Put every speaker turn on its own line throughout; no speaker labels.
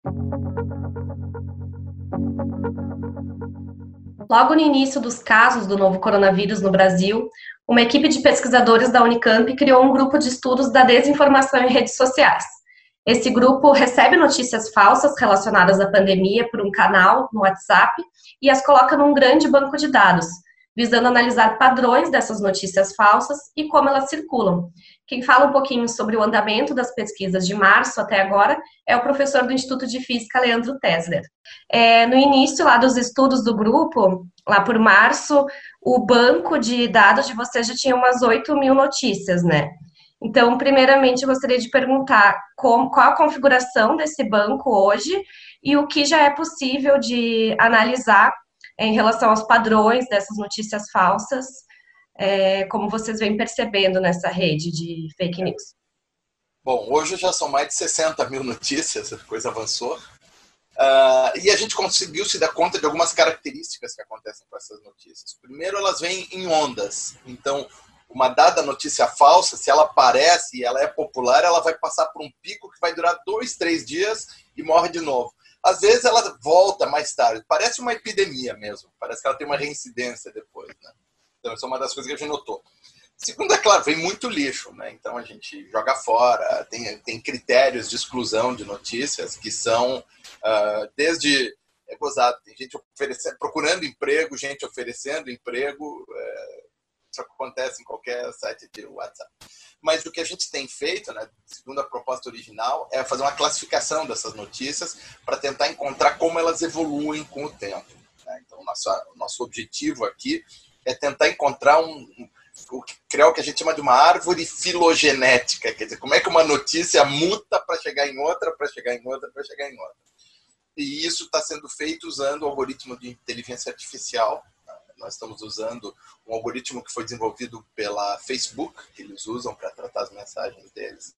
Logo no início dos casos do novo coronavírus no Brasil, uma equipe de pesquisadores da Unicamp criou um grupo de estudos da desinformação em redes sociais. Esse grupo recebe notícias falsas relacionadas à pandemia por um canal no WhatsApp e as coloca num grande banco de dados, visando analisar padrões dessas notícias falsas e como elas circulam. Quem fala um pouquinho sobre o andamento das pesquisas de março até agora é o professor do Instituto de Física, Leandro Tesler. No início lá dos estudos do grupo, lá por março, o banco de dados de vocês já tinha umas 8.000 notícias, né? Então, primeiramente, eu gostaria de perguntar qual a configuração desse banco hoje e o que já é possível de analisar em relação aos padrões dessas notícias falsas, como vocês vêm percebendo nessa rede de fake news.
Bom, hoje já são mais de 60.000 notícias, a coisa avançou. E a gente conseguiu se dar conta de algumas características que acontecem com essas notícias. Primeiro, elas vêm em ondas. Então, uma dada notícia falsa, se ela aparece e ela é popular, ela vai passar por um pico que vai durar 2, 3 dias e morre de novo. Às vezes ela volta mais tarde. Parece uma epidemia mesmo. Parece que ela tem uma reincidência depois, né? Então, isso é uma das coisas que a gente notou. Segundo, é claro, vem muito lixo, né? Então a gente joga fora, tem critérios de exclusão de notícias que são desde... É gozado, tem gente procurando emprego, gente oferecendo emprego, isso acontece em qualquer site de WhatsApp. Mas o que a gente tem feito, né, segundo a proposta original, é fazer uma classificação dessas notícias para tentar encontrar como elas evoluem com o tempo, né? Então o nosso objetivo aqui é tentar encontrar criar o que a gente chama de uma árvore filogenética, quer dizer, como é que uma notícia muta para chegar em outra, para chegar em outra, para chegar em outra. E isso está sendo feito usando o algoritmo de inteligência artificial. Nós estamos usando um algoritmo que foi desenvolvido pela Facebook, que eles usam para tratar as mensagens deles.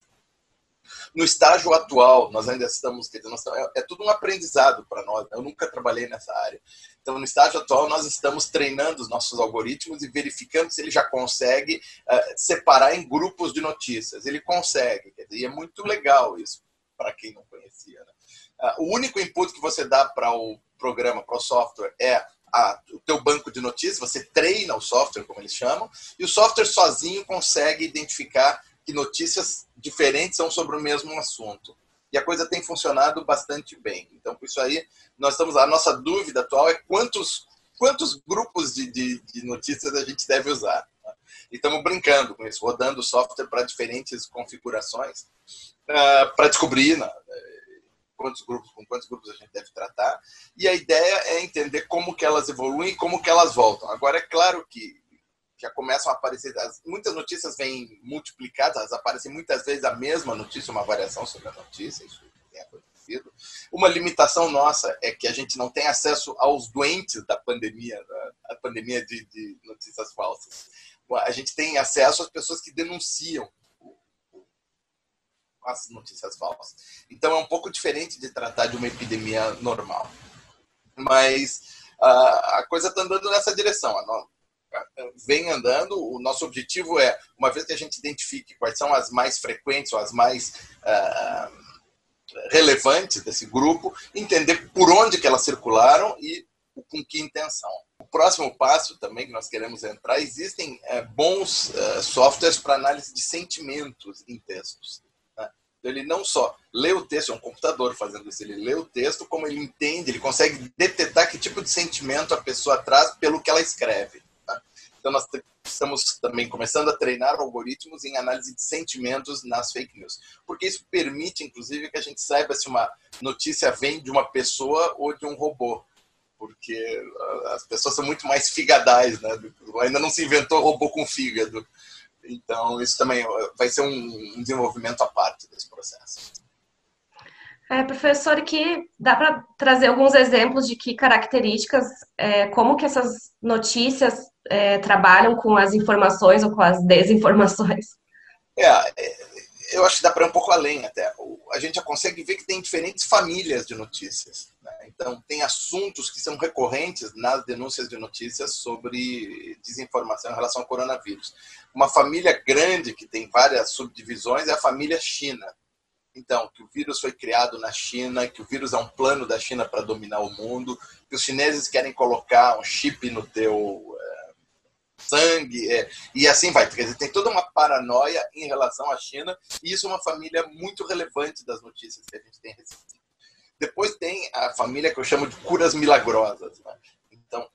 No estágio atual, nós ainda estamos, é tudo um aprendizado para nós, eu nunca trabalhei nessa área. Então, no estágio atual, nós estamos treinando os nossos algoritmos e verificando se ele já consegue separar em grupos de notícias. Ele consegue, e é muito legal isso, para quem não conhecia, né? O único input que você dá para o programa, para o software, é o teu banco de notícias, você treina o software, como eles chamam, e o software sozinho consegue identificar que notícias diferentes são sobre o mesmo assunto. E a coisa tem funcionado bastante bem. Então, por isso aí, a nossa dúvida atual é quantos grupos de notícias a gente deve usar. Tá? E estamos brincando com isso, rodando o software para diferentes configurações, para descobrir com quantos grupos a gente deve tratar. E a ideia é entender como que elas evoluem e como que elas voltam. Agora, é claro que já começam a aparecer, muitas notícias vêm multiplicadas, elas aparecem muitas vezes a mesma notícia, uma variação sobre a notícia, isso tem acontecido. Uma limitação nossa é que a gente não tem acesso aos doentes da pandemia, a pandemia de notícias falsas. A gente tem acesso às pessoas que denunciam as notícias falsas. Então é um pouco diferente de tratar de uma epidemia normal. Mas a coisa está andando nessa direção. Vem andando, o nosso objetivo é, uma vez que a gente identifique quais são as mais frequentes ou as mais relevantes desse grupo, entender por onde que elas circularam e com que intenção. O próximo passo também que nós queremos entrar, existem bons softwares para análise de sentimentos em textos. Né? Então, ele não só lê o texto, é um computador fazendo isso, ele lê o texto, como ele entende, ele consegue detectar que tipo de sentimento a pessoa traz pelo que ela escreve. Então, nós estamos também começando a treinar algoritmos em análise de sentimentos nas fake news. Porque isso permite, inclusive, que a gente saiba se uma notícia vem de uma pessoa ou de um robô. Porque as pessoas são muito mais figadais, né? Ainda não se inventou robô com fígado. Então, isso também vai ser um desenvolvimento à parte desse processo.
Professor, que dá para trazer alguns exemplos de que características, como que essas notícias trabalham com as informações ou com as desinformações?
Eu acho que dá para ir um pouco além até. A gente já consegue ver que tem diferentes famílias de notícias. Né? Então, tem assuntos que são recorrentes nas denúncias de notícias sobre desinformação em relação ao coronavírus. Uma família grande que tem várias subdivisões é a família China. Então, que o vírus foi criado na China, que o vírus é um plano da China para dominar o mundo, que os chineses querem colocar um chip no teu sangue, e assim vai. Quer dizer, tem toda uma paranoia em relação à China, e isso é uma família muito relevante das notícias que a gente tem recebido. Depois tem a família que eu chamo de curas milagrosas, né? Então,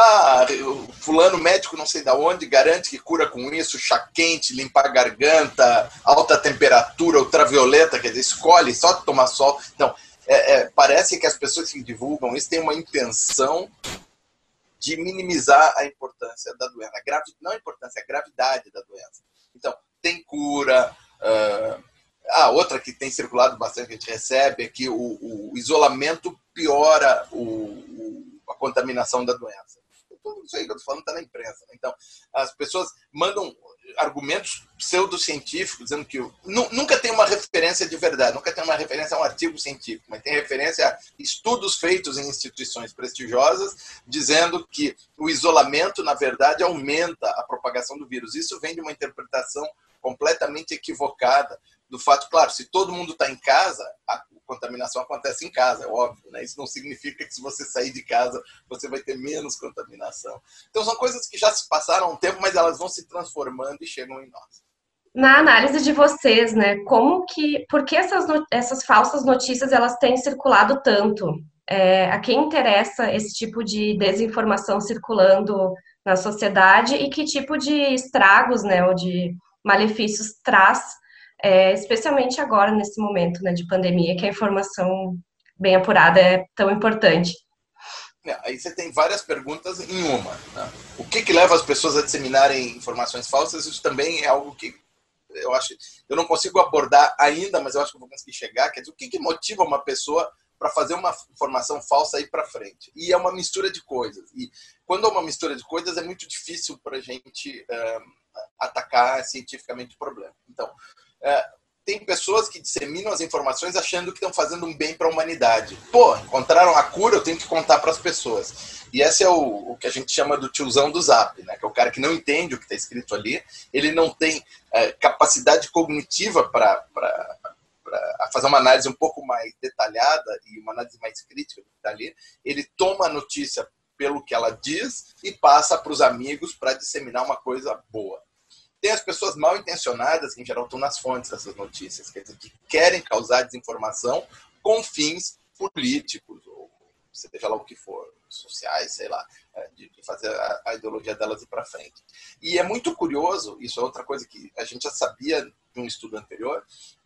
o fulano médico não sei de onde garante que cura com isso, chá quente, limpar a garganta, alta temperatura, ultravioleta, quer dizer, escolhe só tomar sol. Então, parece que as pessoas que divulgam isso têm uma intenção de minimizar a importância da doença. Não a importância, a gravidade da doença. Então, tem cura. Outra que tem circulado bastante, que a gente recebe, é que o isolamento piora a contaminação da doença. Tudo isso aí que eu estou falando está na imprensa. Então, as pessoas mandam argumentos pseudocientíficos, dizendo que nunca tem uma referência de verdade, nunca tem uma referência a um artigo científico, mas tem referência a estudos feitos em instituições prestigiosas, dizendo que o isolamento, na verdade, aumenta a propagação do vírus. Isso vem de uma interpretação completamente equivocada do fato, claro, se todo mundo está em casa, a contaminação acontece em casa, é óbvio, né? Isso não significa que se você sair de casa, você vai ter menos contaminação. Então são coisas que já se passaram há um tempo, mas elas vão se transformando e chegam em nós.
Na análise de vocês, né, por que essas falsas notícias elas têm circulado tanto? A quem interessa esse tipo de desinformação circulando na sociedade e que tipo de estragos, né, ou de malefícios traz, especialmente agora, nesse momento, né, de pandemia, que a informação bem apurada é tão importante.
Aí você tem várias perguntas em uma, né? O que leva as pessoas a disseminarem informações falsas? Isso também é algo que eu não consigo abordar ainda, mas eu acho que eu vou conseguir chegar. Quer dizer, o que motiva uma pessoa para fazer uma informação falsa ir para frente? E é uma mistura de coisas. E quando é uma mistura de coisas, é muito difícil para a gente atacar cientificamente o problema. Então, tem pessoas que disseminam as informações achando que estão fazendo um bem para a humanidade. Pô, encontraram a cura, eu tenho que contar para as pessoas. E esse é o que a gente chama do tiozão do Zap, né? Que é o cara que não entende o que está escrito ali, ele não tem capacidade cognitiva para fazer uma análise um pouco mais detalhada e uma análise mais crítica do que está ali. Ele toma a notícia pelo que ela diz e passa para os amigos para disseminar uma coisa boa. Tem as pessoas mal intencionadas, que em geral estão nas fontes dessas notícias, quer dizer, que querem causar desinformação com fins políticos, ou seja lá o que for, sociais, sei lá, de fazer a ideologia delas ir para frente. E é muito curioso, isso é outra coisa que a gente já sabia de um estudo anterior,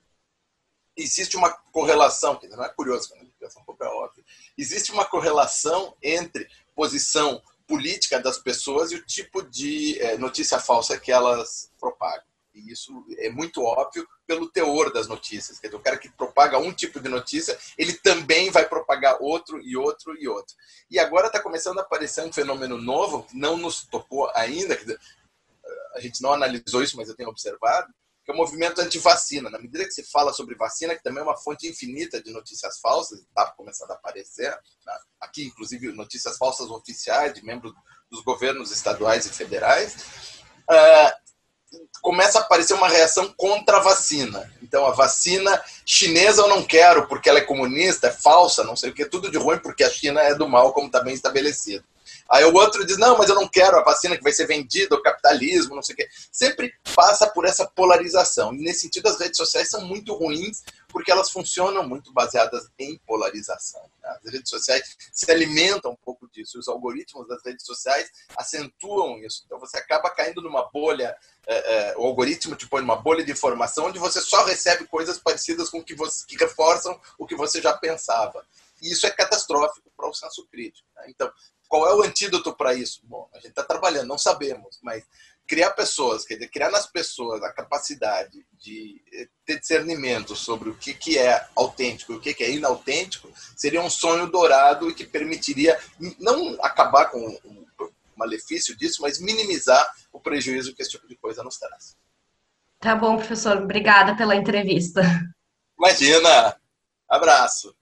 existe uma correlação, quer dizer, não é curioso, quando a gente pensa um pouco é óbvio, existe uma correlação entre posição política das pessoas e o tipo de notícia falsa que elas propagam. E isso é muito óbvio pelo teor das notícias. Quer dizer, o cara que propaga um tipo de notícia, ele também vai propagar outro e outro e outro. E agora está começando a aparecer um fenômeno novo, que não nos tocou ainda, quer dizer, a gente não analisou isso, mas eu tenho observado, que é o movimento anti-vacina. Na medida que se fala sobre vacina, que também é uma fonte infinita de notícias falsas, está começando a aparecer, né? Aqui, inclusive, notícias falsas oficiais de membros dos governos estaduais e federais, começa a aparecer uma reação contra a vacina. Então, a vacina chinesa eu não quero porque ela é comunista, é falsa, não sei o que, tudo de ruim porque a China é do mal, como está bem estabelecido. Aí o outro diz, não, mas eu não quero a vacina que vai ser vendida, o capitalismo, não sei o quê. Sempre passa por essa polarização. E nesse sentido, as redes sociais são muito ruins porque elas funcionam muito baseadas em polarização. As redes sociais se alimentam um pouco disso. Os algoritmos das redes sociais acentuam isso. Então você acaba caindo numa bolha, o algoritmo te põe numa bolha de informação onde você só recebe coisas parecidas com que reforçam o que você já pensava. E isso é catastrófico para o senso crítico. Né? Então, qual é o antídoto para isso? Bom, a gente está trabalhando, não sabemos, mas criar pessoas, quer dizer, criar nas pessoas a capacidade de ter discernimento sobre o que é autêntico e o que é inautêntico seria um sonho dourado e que permitiria não acabar com o malefício disso, mas minimizar o prejuízo que esse tipo de coisa nos traz.
Tá bom, professor. Obrigada pela entrevista.
Imagina! Abraço!